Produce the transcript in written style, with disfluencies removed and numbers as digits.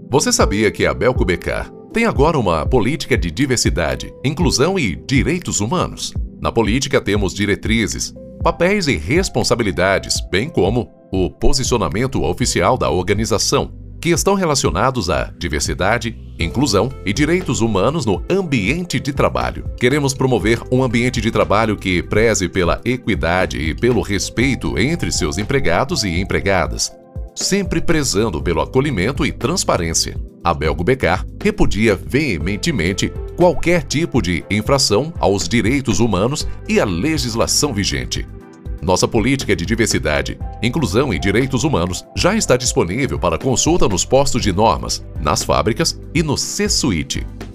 Você sabia que a Belco Becar tem agora uma política de diversidade, inclusão e direitos humanos? Na política temos diretrizes, papéis e responsabilidades, bem como o posicionamento oficial da organização, que estão relacionados à diversidade, inclusão e direitos humanos no ambiente de trabalho. Queremos promover um ambiente de trabalho que preze pela equidade e pelo respeito entre seus empregados e empregadas, sempre prezando pelo acolhimento e transparência. A Belco Becar repudia veementemente qualquer tipo de infração aos direitos humanos e à legislação vigente. Nossa política de diversidade, inclusão e direitos humanos já está disponível para consulta nos postos de normas, nas fábricas e no C-Suite.